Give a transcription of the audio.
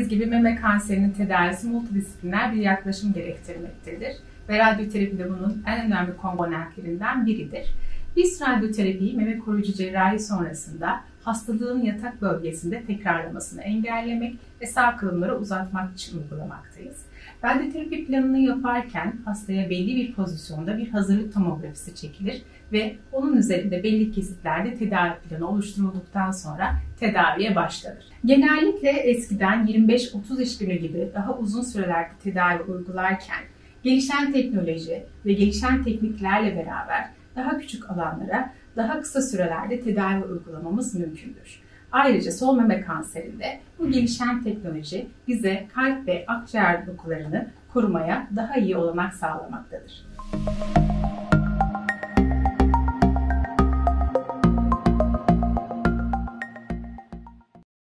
Bildiğiniz gibi meme kanserinin tedavisi multidisipliner bir yaklaşım gerektirmektedir ve radyoterapi de bunun en önemli komponentlerinden biridir. Biz radyoterapiyi meme koruyucu cerrahi sonrasında hastalığın yatak bölgesinde tekrarlamasını engellemek ve sağ kılımları uzatmak için uygulamaktayız. Radyoterapi planını yaparken hastaya belli bir pozisyonda bir hazırlık tomografisi çekilir ve onun üzerinde belli kesitlerde tedavi planı oluşturulduktan sonra tedaviye başlanır. Genellikle eskiden 25-30 iş günü gibi daha uzun sürelerde tedavi uygularken gelişen teknoloji ve gelişen tekniklerle beraber daha küçük alanlara daha kısa sürelerde tedavi uygulamamız mümkündür. Ayrıca sol meme kanserinde bu gelişen teknoloji bize kalp ve akciğer dokularını korumaya daha iyi olanak sağlamaktadır.